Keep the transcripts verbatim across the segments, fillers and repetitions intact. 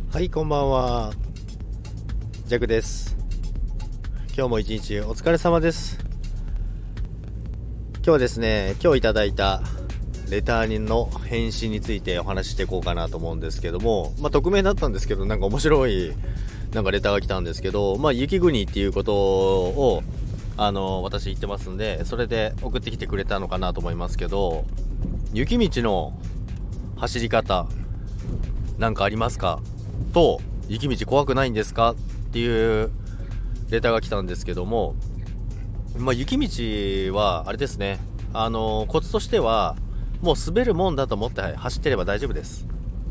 はい、こんばんは。ジャクです。今日も一日お疲れ様です。今日はですね、今日いただいたレターの返信についてお話ししていこうかなと思うんですけども、まあ匿名だったんですけど、なんか面白いなんかレターが来たんですけど、まあ雪国っていうことをあの私言ってますんで、それで送ってきてくれたのかなと思いますけど、雪道の走り方なんかありますかと、雪道怖くないんですかっていうレターが来たんですけども、まあ、雪道はあれですね、あのコツとしてはもう滑るもんだと思って走ってれば大丈夫です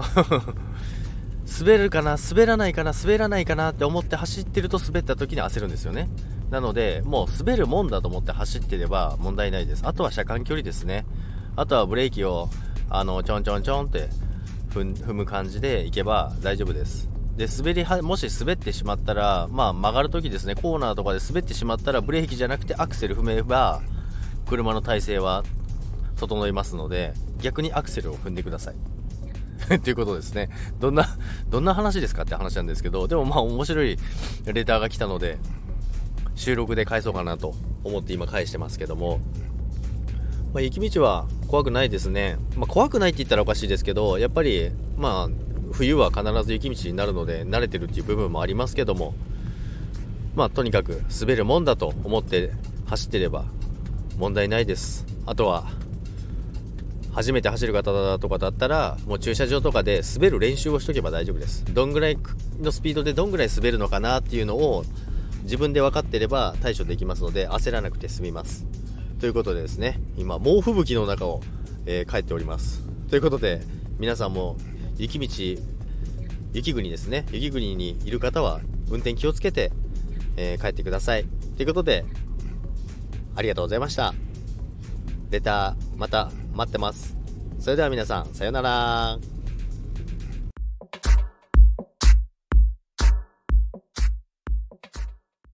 滑るかな滑らないかな滑らないかなって思って走ってると、滑った時に焦るんですよね。なのでもう滑るもんだと思って走ってれば問題ないです。あとは車間距離ですね。あとはブレーキをあのちょんちょんちょんって踏む感じでいけば大丈夫です。で滑りはもし滑ってしまったら、まあ曲がるときですね、コーナーとかで滑ってしまったらブレーキじゃなくてアクセル踏めば車の体勢は整いますので、逆にアクセルを踏んでくださいということですね。どんなどんな話ですかって話なんですけど、でもまあ面白いレターが来たので収録で返そうかなと思って今返してますけども、まあ、雪道は怖くないですね。まあ、怖くないって言ったらおかしいですけど、やっぱりまあ冬は必ず雪道になるので慣れてるっていう部分もありますけども、まあとにかく滑るもんだと思って走ってれば問題ないです。あとは初めて走る方とかだったら、もう駐車場とかで滑る練習をしとけば大丈夫です。どんぐらいのスピードでどんぐらい滑るのかなっていうのを自分で分かってれば対処できますので、焦らなくて済みます。ということでですね、今猛吹雪の中を、えー、帰っております。ということで皆さんも雪道、雪国ですね、雪国にいる方は運転気をつけて、えー、帰ってください。ということでありがとうございました。レターまた待ってます。それでは皆さん、さようなら。